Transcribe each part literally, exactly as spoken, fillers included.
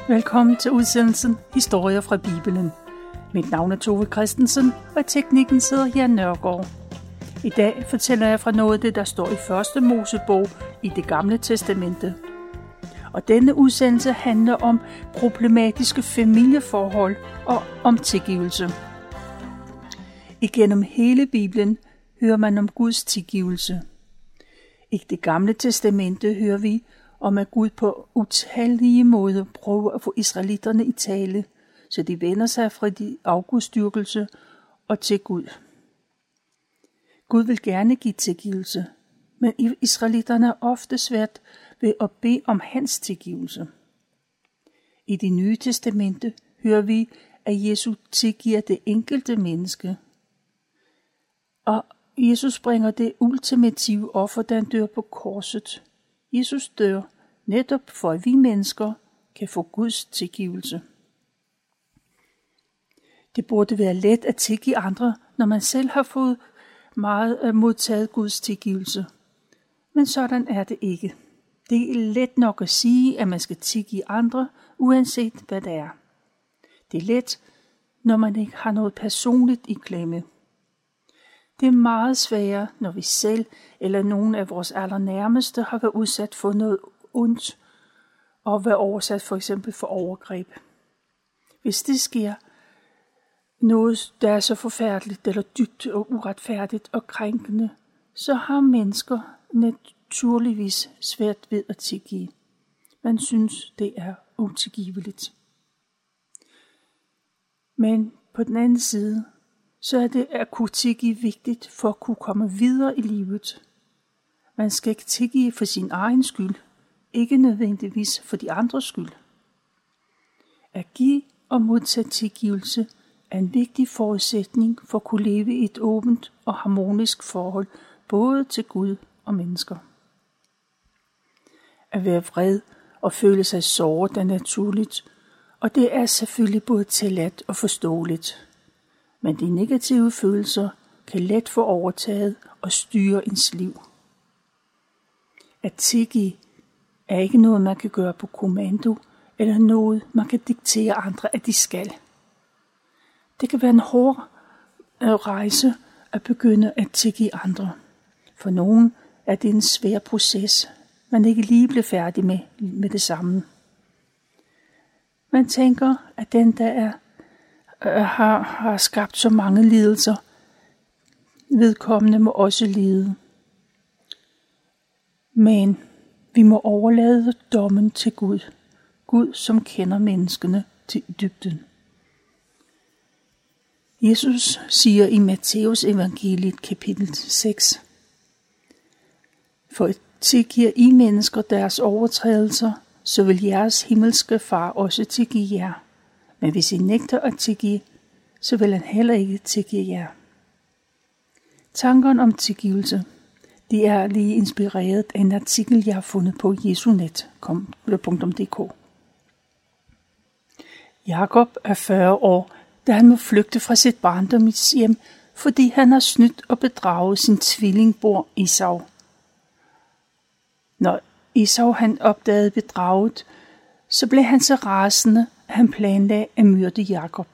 Velkommen til udsendelsen Historier fra Bibelen. Mit navn er Tove Christensen, og i teknikken sidder Jan Nørgaard. I dag fortæller jeg fra noget af det, der står i første Mosebog i Det Gamle Testamente. Og denne udsendelse handler om problematiske familieforhold og om tilgivelse. Igennem hele Bibelen hører man om Guds tilgivelse. I Det Gamle Testamente hører vi om, at Gud på utallige måder prøver at få israelitterne i tale, så de vender sig fra de afgudstyrkelse og til Gud. Gud vil gerne give tilgivelse, men israelitterne er ofte svært ved at bede om hans tilgivelse. I Det Nye Testamente hører vi, at Jesus tilgiver det enkelte menneske, og Jesus bringer det ultimative offer, da han dør på korset. Jesus dør netop for, at vi mennesker kan få Guds tilgivelse. Det burde være let at tilgive andre, når man selv har fået meget modtaget Guds tilgivelse. Men sådan er det ikke. Det er let nok at sige, at man skal tilgive andre, uanset hvad det er. Det er let, når man ikke har noget personligt i klemme. Det er meget sværere, når vi selv eller nogen af vores allernærmeste har været udsat for noget ondt og været oversat for eksempel for overgreb. Hvis det sker noget, der er så forfærdeligt eller dybt og uretfærdigt og krænkende, så har mennesker naturligvis svært ved at tilgive. Man synes, det er utilgiveligt. Men på den anden side, så er det at kunne tilgive vigtigt for at kunne komme videre i livet. Man skal ikke tilgive for sin egen skyld, ikke nødvendigvis for de andres skyld. At give og modtage tilgivelse er en vigtig forudsætning for at kunne leve i et åbent og harmonisk forhold, både til Gud og mennesker. At være vred og føle sig såret er naturligt, og det er selvfølgelig både tilladt og forståeligt. Men de negative følelser kan let få overtaget og styre ens liv. At tilgive er ikke noget, man kan gøre på kommando, eller noget, man kan diktere andre, at de skal. Det kan være en hård rejse at begynde at tilgive andre. For nogen er det en svær proces, man ikke lige bliver færdig med, med det samme. Man tænker, at den, der er Har, har skabt så mange lidelser. Vedkommende må også lide. Men vi må overlade dommen til Gud. Gud, som kender menneskene til dybden. Jesus siger i Matteus evangeliet kapitel seks: For tilgiver I mennesker deres overtrædelser, så vil jeres himmelske far også tilgive jer. Men hvis I nægter at tilgive, så vil han heller ikke tilgive jer. Tankerne om tilgivelse, de er lige inspireret af en artikel, jeg har fundet på jesunet punktum d k. Jakob er fyrre år, da han må flygte fra sit barndomshjem, fordi han har snydt og bedraget sin tvillingbror Esau. Når Esau han opdagede bedraget, så blev han så rasende, at han planlagde at myrde Jakob.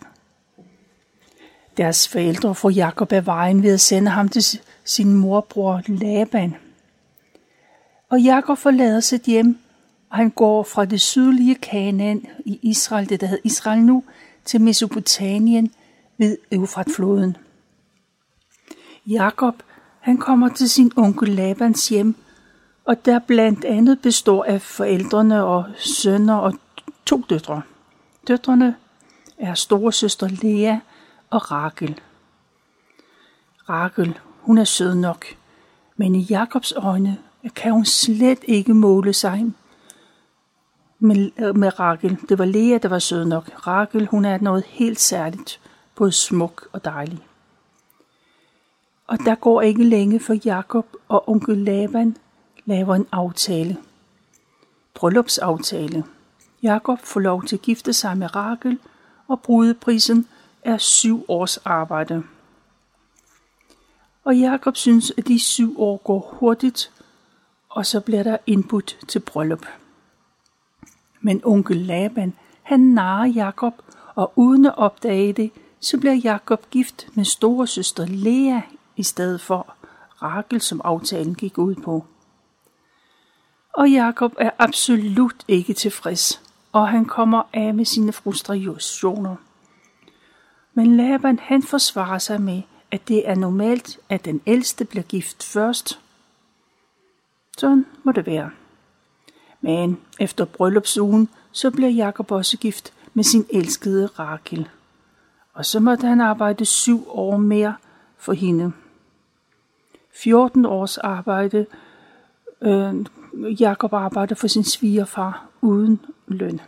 Deres forældre får Jakob af vejen ved at sende ham til sin morbror Laban. Og Jakob forlader sit hjem, og han går fra det sydlige Kanaan i Israel, det der hedder Israel nu, til Mesopotamien ved Eufratfloden. Jakob, han kommer til sin onkel Labans hjem, og der blandt andet består af forældrene og sønner og to døtre. Døtrene er storesøster Lea og Rachel. Rachel, hun er sød nok, men i Jakobs øjne kan hun slet ikke måle sig med, med Rachel. Det var Lea, der var sød nok. Rachel, hun er noget helt særligt, både smuk og dejlig. Og der går ikke længe, for Jakob og onkel Laban laver en aftale. Bryllupsaftale. Jakob får lov til at gifte sig med Rachel, og brudeprisen er syv års arbejde. Og Jakob synes, at de syv år går hurtigt, og så bliver der indbudt til bryllup. Men onkel Laban, Han narrer Jakob, og uden at opdage det, så bliver Jakob gift med storesøster Lea i stedet for Rachel, som aftalen gik ud på. Og Jakob er absolut ikke tilfreds, og han kommer af med sine frustrationer. Men Laban han forsvarer sig med, at det er normalt, at den ældste bliver gift først. Sådan må det være. Men efter bryllupsugen, så bliver Jakob også gift med sin elskede Rachel. Og så måtte han arbejde syv år mere for hende. fjorten års arbejde. Øh, Jakob arbejder for sin svigerfar uden løn.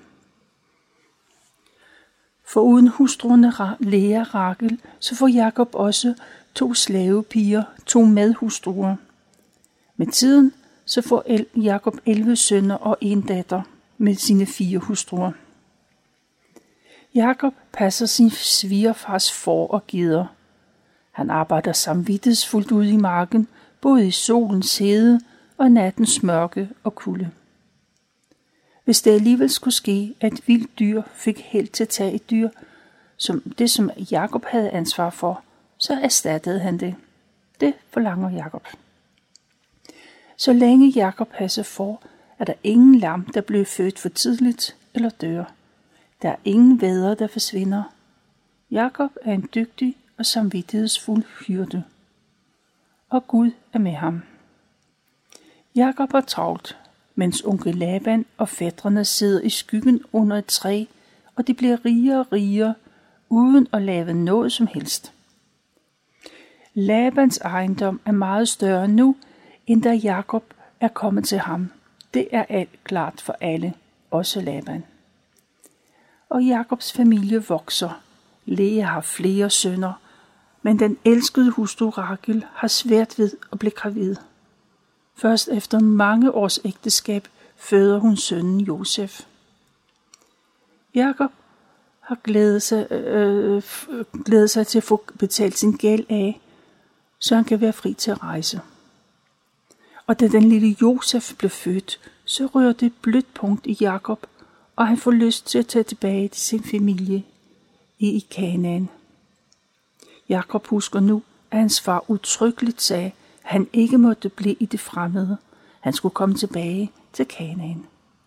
For uden hustruerne Lea og Rachel, så får Jakob også to slavepiger, to medhustruer. Med tiden så får Jakob elleve sønner og en datter med sine fire hustruer. Jakob passer sin svigerfars får og geder. Han arbejder samvittighedsfuldt ude i marken, både i solens hede og nattens mørke og kulde. Hvis det alligevel skulle ske, at et vildt dyr fik held til at tage et dyr, som det som Jakob havde ansvar for, så erstattede han det. Det forlanger Jakob. Så længe Jakob passer for, er der ingen lam, der bliver født for tidligt eller dør. Der er ingen vædder, der forsvinder. Jakob er en dygtig og samvittighedsfuld hyrde. Og Gud er med ham. Jakob er travlt, mens onkel Laban og fætrene sidder i skyggen under et træ, og de bliver rigere og rigere, uden at lave noget som helst. Labans ejendom er meget større nu, end da Jakob er kommet til ham. Det er alt klart for alle, også Laban. Og Jakobs familie vokser. Lea har flere sønner, men den elskede hustru Rachel har svært ved at blive gravid. Først efter mange års ægteskab føder hun sønnen Josef. Jakob har glædet sig, øh, glædet sig til at få betalt sin gæld af, så han kan være fri til at rejse. Og da den lille Josef blev født, så rører det et blødt punkt i Jakob, og han får lyst til at tage tilbage til sin familie i Kanaan. Jakob husker nu, at hans far udtrykkeligt sagde, at han ikke måtte blive i det fremmede. Han skulle komme tilbage til Kanaan.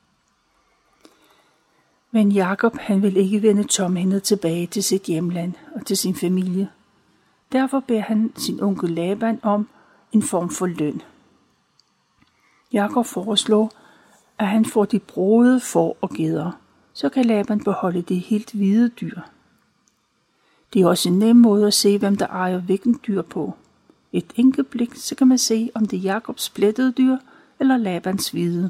Men Jakob han vil ikke vende tomhændet tilbage til sit hjemland og til sin familie. Derfor beder han sin onkel Laban om en form for løn. Jakob foreslår, at han får de brode får og geder, så kan Laban beholde det helt hvide dyr. Det er også en nem måde at se, hvem der ejer hvilken dyr på. Et enkelt blik, så kan man se, om det er Jakobs plettede dyr eller Labans hvide.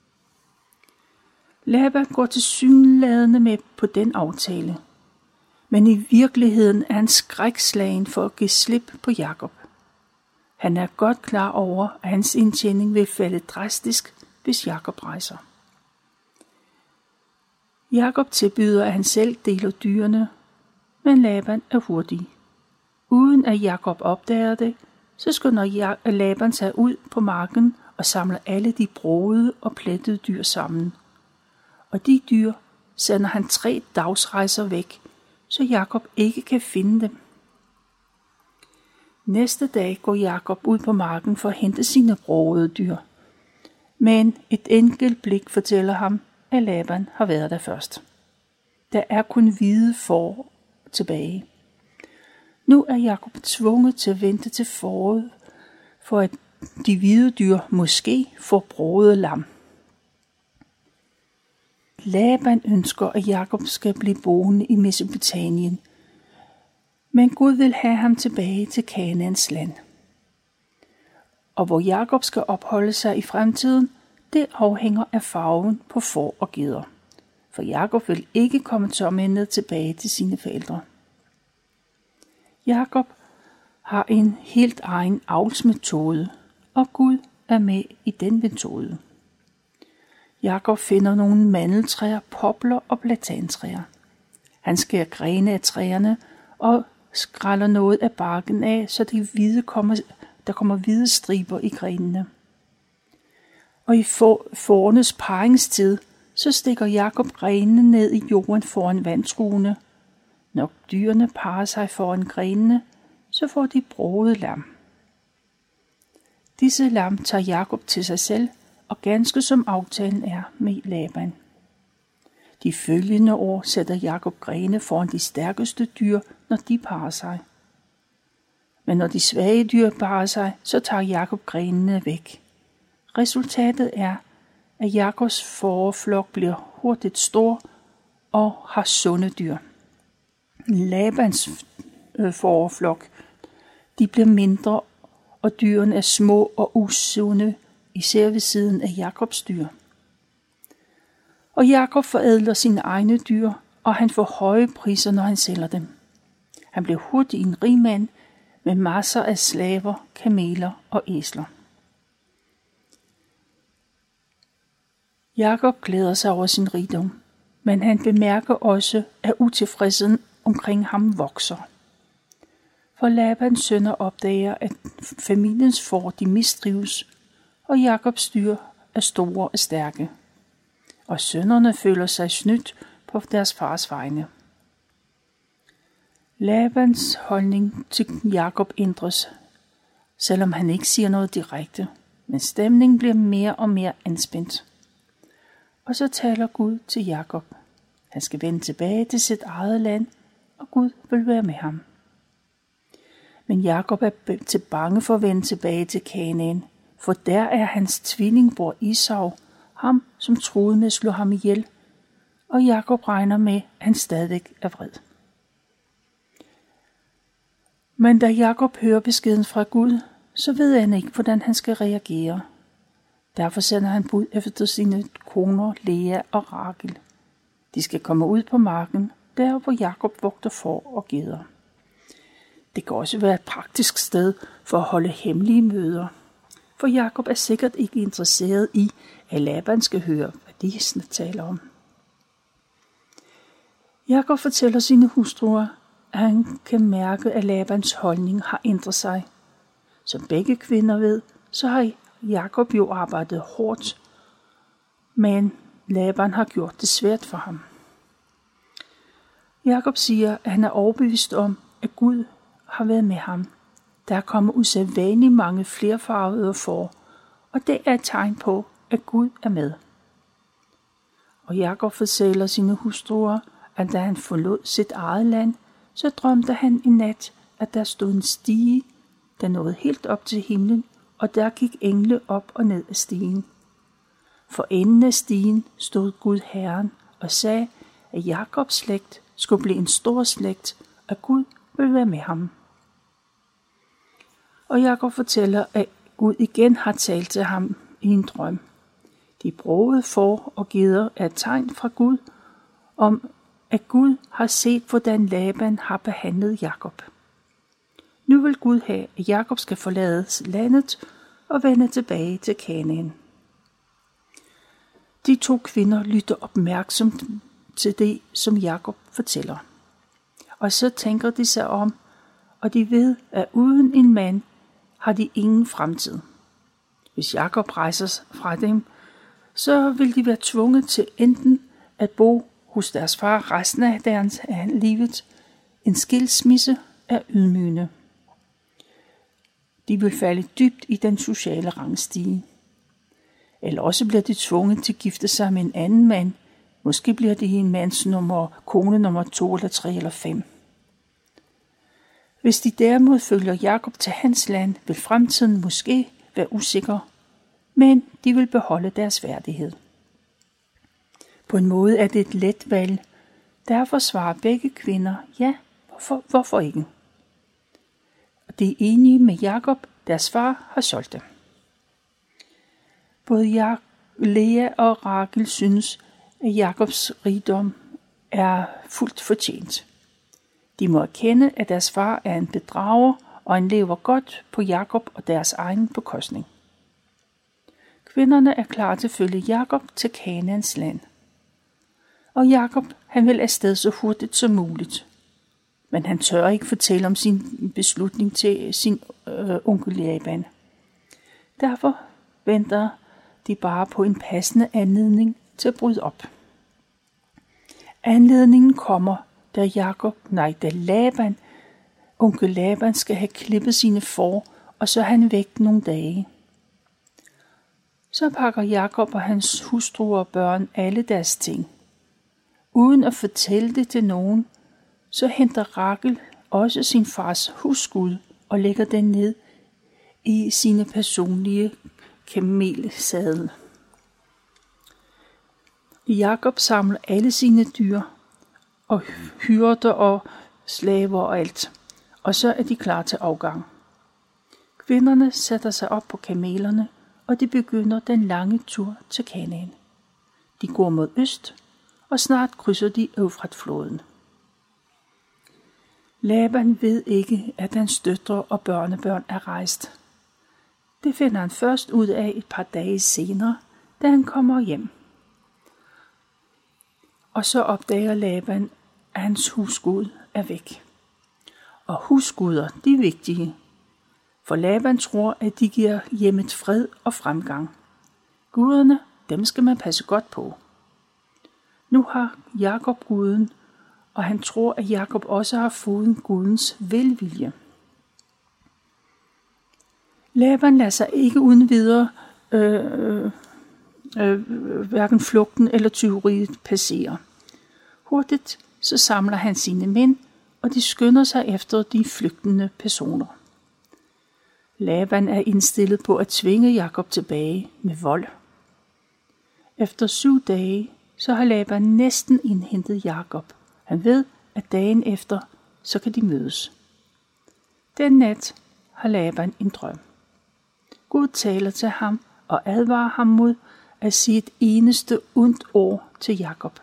Laban går tilsyneladende med på den aftale, men i virkeligheden er han skrækslagen for at give slip på Jakob. Han er godt klar over, at hans indtjening vil falde drastisk, hvis Jakob rejser. Jakob tilbyder, at han selv deler dyrene, men Laban er hurtig. Uden at Jakob opdager det, så skynder Laban sig ud på marken og samler alle de brogede og plettede dyr sammen. Og de dyr sender han tre dagsrejser væk, så Jakob ikke kan finde dem. Næste dag går Jakob ud på marken for at hente sine brogede dyr. Men et enkelt blik fortæller ham, at Laban har været der først. Der er kun hvide får tilbage. Nu er Jakob tvunget til at vente til foråret, for at de hvide dyr måske får brogede lam. Laban ønsker, at Jakob skal blive boende i Mesopotamien, men Gud vil have ham tilbage til Kanaans land. Og hvor Jakob skal opholde sig i fremtiden, det afhænger af farven på får og geder. For Jakob vil ikke komme tomhændet tilbage til sine forældre. Jakob har en helt egen avlsmetode, og Gud er med i den metode. Jakob finder nogle mandeltræer, popler og platantræer. Han skærer grene af træerne og skræller noget af barken af, så de hvide kommer, der kommer hvide striber i grenene. Og i for, fårenes paringstid, så stikker Jakob grenene ned i jorden foran vandskuene. Når dyrene parer sig foran grenene, så får de broget lam. Disse lam tager Jakob til sig selv, og ganske som aftalen er med Laban. De følgende år sætter Jakob grene foran de stærkeste dyr, når de parer sig. Men når de svage dyr parer sig, så tager Jakob grenene væk. Resultatet er, at Jakobs fåreflok bliver hurtigt stor og har sunde dyr. Labans fåreflok, de bliver mindre, og dyrene er små og usunde, især ved siden af Jakobs dyr. Og Jakob forædler sine egne dyr, og han får høje priser, når han sælger dem. Han bliver hurtigt en rig mand med masser af slaver, kameler og æsler. Jakob glæder sig over sin rigdom, men han bemærker også, at utilfredsheden omkring ham vokser. For Labans sønner opdager, at familiens får de mistrives, og Jakobs dyr er store og stærke. Og sønnerne føler sig snydt på deres fars vegne. Labans holdning til Jakob ændres, selvom han ikke siger noget direkte, men stemningen bliver mere og mere anspændt. Og så taler Gud til Jakob. Han skal vende tilbage til sit eget land, og Gud vil være med ham. Men Jakob er til bange for at vende tilbage til Kanaan, for der er hans tvillingbror Esau, ham som troede med at slå ham ihjel, og Jakob regner med, at han stadig er vred. Men da Jakob hører beskeden fra Gud, så ved han ikke, hvordan han skal reagere. Derfor sender han bud efter sine koner Lea og Rachel. De skal komme ud på marken, der hvor Jakob vogter får og geder. Det kan også være et praktisk sted for at holde hemmelige møder. For Jakob er sikkert ikke interesseret i, at Laban skal høre, hvad de taler om. Jakob fortæller sine hustruer, at han kan mærke, at Labans holdning har ændret sig. Som begge kvinder ved, så har Jakob jo arbejdet hårdt, men Laban har gjort det svært for ham. Jakob siger, at han er overbevist om, at Gud har været med ham. Der er kommet usædvanligt mange flerfarvede får, og det er et tegn på, at Gud er med. Og Jakob fortæller sine hustruer, at da han forlod sit eget land, så drømte han en nat, at der stod en stige, der nåede helt op til himlen, og der gik engle op og ned af stigen. For enden af stigen stod Gud Herren og sagde, at Jakobs slægt skulle blive en stor slægt, og Gud ville være med ham. Og Jakob fortæller, at Gud igen har talt til ham i en drøm. De brogede får og geder er et tegn fra Gud, om at Gud har set, hvordan Laban har behandlet Jakob. Nu vil Gud have, at Jakob skal forlade landet og vende tilbage til Kanaan. De to kvinder lytter opmærksomt til det, som Jakob fortæller. Og så tænker de sig om, og de ved, at uden en mand har de ingen fremtid. Hvis Jakob rejser fra dem, så vil de være tvunget til enten at bo hos deres far resten af deres af livet. En skilsmisse er ydmygende. De vil falde dybt i den sociale rangstige. Eller også bliver de tvunget til at gifte sig med en anden mand. Måske bliver det en mands nummer, kone nummer to eller tre eller fem. Hvis de derimod følger Jakob til hans land, vil fremtiden måske være usikker, men de vil beholde deres værdighed. På en måde er det et let valg. Derfor svarer begge kvinder, ja, hvorfor, hvorfor ikke? Og de er enige med Jakob, deres far har solgt dem. Både Lea og Rachel synes, at Jakobs rigdom er fuldt fortjent. De må erkende, at deres far er en bedrager, og han lever godt på Jakob og deres egen bekostning. Kvinderne er klar til at følge Jakob til Kanaans land. Og Jakob, han vil afsted så hurtigt som muligt. Men han tør ikke fortælle om sin beslutning til sin øh, onkel Laban. Derfor venter de bare på en passende anledning, til at bryde op. Anledningen kommer, da Jakob, nej, da Laban, onkel Laban skal have klippet sine får, og så er han væk nogle dage. Så pakker Jakob og hans hustru og børn alle deres ting. Uden at fortælle det til nogen, så henter Rachel også sin fars husgud og lægger den ned i sine personlige kamelsadel. Jakob samler alle sine dyr og hyrder og slaver og alt, og så er de klar til afgang. Kvinderne sætter sig op på kamelerne, og de begynder den lange tur til Kanaan. De går mod øst, og snart krydser de Eufratfloden. Laban ved ikke, at hans døtre og børnebørn er rejst. Det finder han først ud af et par dage senere, da han kommer hjem. Og så opdager Laban, at hans husgud er væk. Og husguder, de er vigtige, for Laban tror, at de giver hjemmet fred og fremgang. Guderne, dem skal man passe godt på. Nu har Jakob guden, og han tror, at Jakob også har fået gudens velvilje. Laban lader sig ikke uden videre øh, øh, hverken flugten eller tyveriet passere. Hurtigt så samler han sine mænd, og de skynder sig efter de flygtende personer. Laban er indstillet på at tvinge Jakob tilbage med vold. Efter syv dage, så har Laban næsten indhentet Jakob. Han ved, at dagen efter, så kan de mødes. Den nat har Laban en drøm. Gud taler til ham og advarer ham mod at sige et eneste ondt ord til Jakob.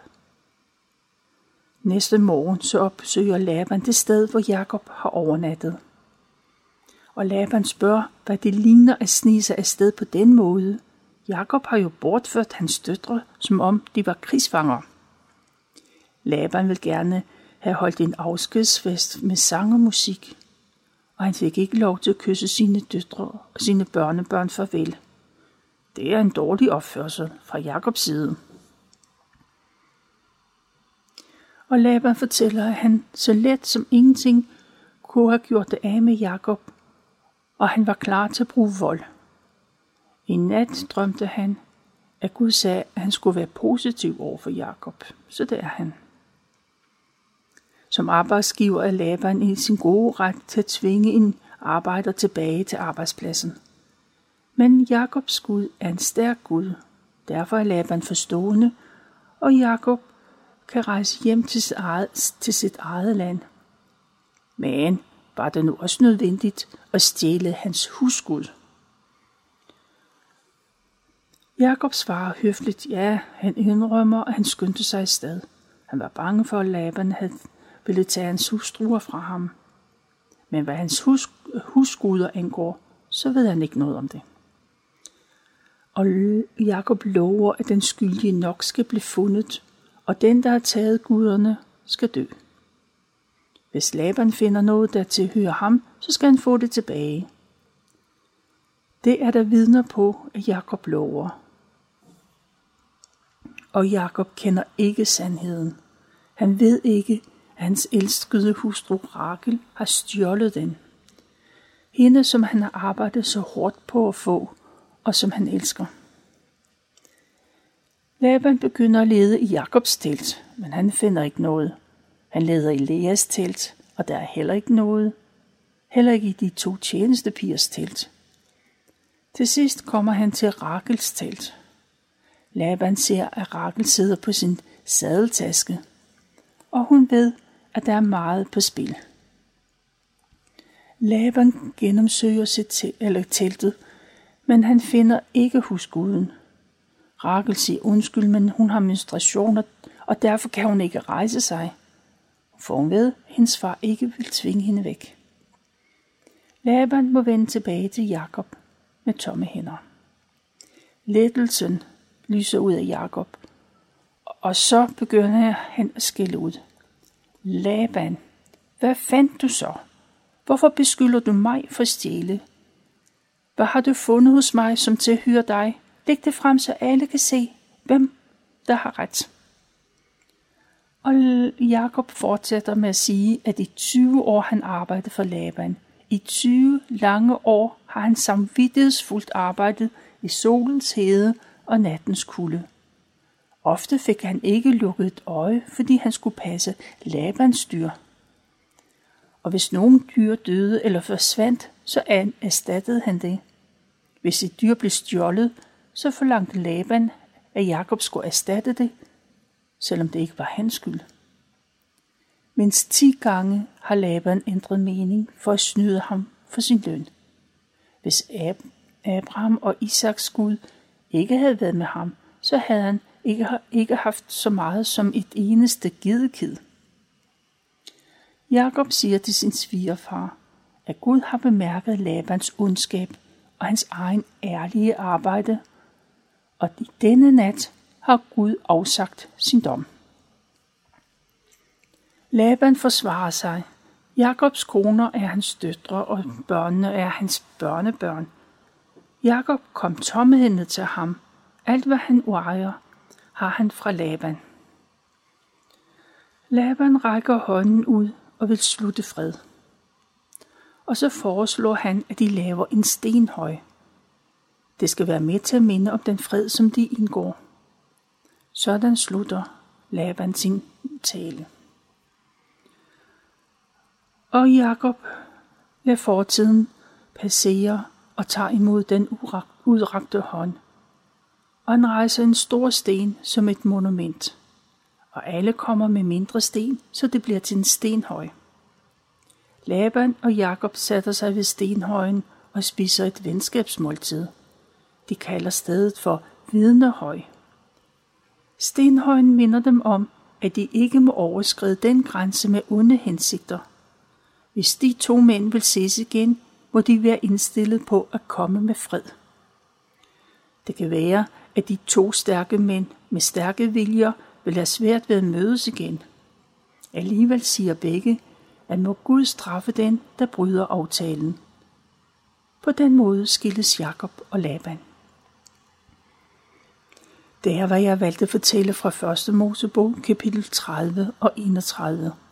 Næste morgen så opsøger Laban det sted, hvor Jakob har overnattet. Og Laban spørger, hvad det ligner at snige sig afsted på den måde. Jakob har jo bortført hans døtre, som om de var krigsfanger. Laban vil gerne have holdt en afskedsfest med sang og musik, og han fik ikke lov til at kysse sine døtre og sine børnebørn farvel. Det er en dårlig opførsel fra Jakobs side. Og Laban fortæller, at han så let som ingenting kunne have gjort det af med Jakob, og han var klar til at bruge vold. En nat drømte han, at Gud sagde, at han skulle være positiv over for Jakob. Så det er han. Som arbejdsgiver er Laban i sin gode ret til at tvinge en arbejder tilbage til arbejdspladsen. Men Jakobs Gud er en stærk Gud. Derfor er Laban forstående, og Jakob kan rejse hjem til sit eget, til sit eget land. Men var det nu også nødvendigt at stjæle hans husgud? Jakob svarer høfligt, ja, han indrømmer, at han skyndte sig i sted. Han var bange for, at Laban havde ville tage hans hustruer fra ham. Men hvad hans hus, husguder angår, så ved han ikke noget om det. Og Jakob lover, at den skyldige nok skal blive fundet, og den, der har taget guderne, skal dø. Hvis Laban finder noget, der tilhører ham, så skal han få det tilbage. Det er der vidner på, at Jakob lover. Og Jakob kender ikke sandheden. Han ved ikke, at hans elskede hustru Rachel har stjålet den. Hende, som han har arbejdet så hårdt på at få, og som han elsker. Laban begynder at lede i Jakobs telt, men han finder ikke noget. Han leder i Leas telt, og der er heller ikke noget. Heller ikke i de to tjenestepigers telt. Til sidst kommer han til Rachels telt. Laban ser, at Rachel sidder på sin sadeltaske, og hun ved, at der er meget på spil. Laban gennemsøger sit te- eller teltet, men han finder ikke husguden. Rachel siger undskyld, men hun har menstruationer, og derfor kan hun ikke rejse sig. For hun ved, at hendes far ikke vil tvinge hende væk. Laban må vende tilbage til Jakob med tomme hænder. Lettelsen lyser ud af Jakob, og så begynder han at skælde ud. Laban, hvad fandt du så? Hvorfor beskylder du mig for at stjæle? Hvad har du fundet hos mig, som tilhører dig? Læg det frem, så alle kan se, hvem der har ret. Og Jakob fortsætter med at sige, at i tyve år han arbejdede for Laban. I tyve lange år har han samvittighedsfuldt arbejdet i solens hede og nattens kulde. Ofte fik han ikke lukket et øje, fordi han skulle passe Labans dyr. Og hvis nogen dyr døde eller forsvandt, så erstattede han det. Hvis et dyr blev stjålet, så forlangte Laban, at Jakob skulle erstatte det, selvom det ikke var hans skyld. Mindst ti gange har Laban ændret mening for at snyde ham for sin løn. Hvis Ab- Abraham og Isaks Gud ikke havde været med ham, så havde han ikke, ikke haft så meget som et eneste gedekid. Jakob siger til sin svigerfar, at Gud har bemærket Labans ondskab og hans egen ærlige arbejde, og i denne nat har Gud afsagt sin dom. Laban forsvarer sig. Jakobs koner er hans døtre, og børnene er hans børnebørn. Jakob kom tomhændet til ham. Alt hvad han ejer, har han fra Laban. Laban rækker hånden ud og vil slutte fred. Og så foreslår han, at de laver en stenhøj. Det skal være med til at minde om den fred, som de indgår. Sådan slutter Laban sin tale. Og Jakob lader fortiden passere og tager imod den udrakte hånd. Og han rejser en stor sten som et monument. Og alle kommer med mindre sten, så det bliver til en stenhøj. Laban og Jakob sætter sig ved stenhøjen og spiser et venskabsmåltid. De kalder stedet for Vidnehøj. Stenhøjen minder dem om, at de ikke må overskride den grænse med onde hensigter. Hvis de to mænd vil ses igen, må de være indstillet på at komme med fred. Det kan være, at de to stærke mænd med stærke viljer vil have svært ved at mødes igen. Alligevel siger begge, at må Gud straffe den, der bryder aftalen. På den måde skilles Jakob og Laban. Det er, hvad jeg valgte at fortælle fra første Mosebog, kapitel tredive og enogtredive.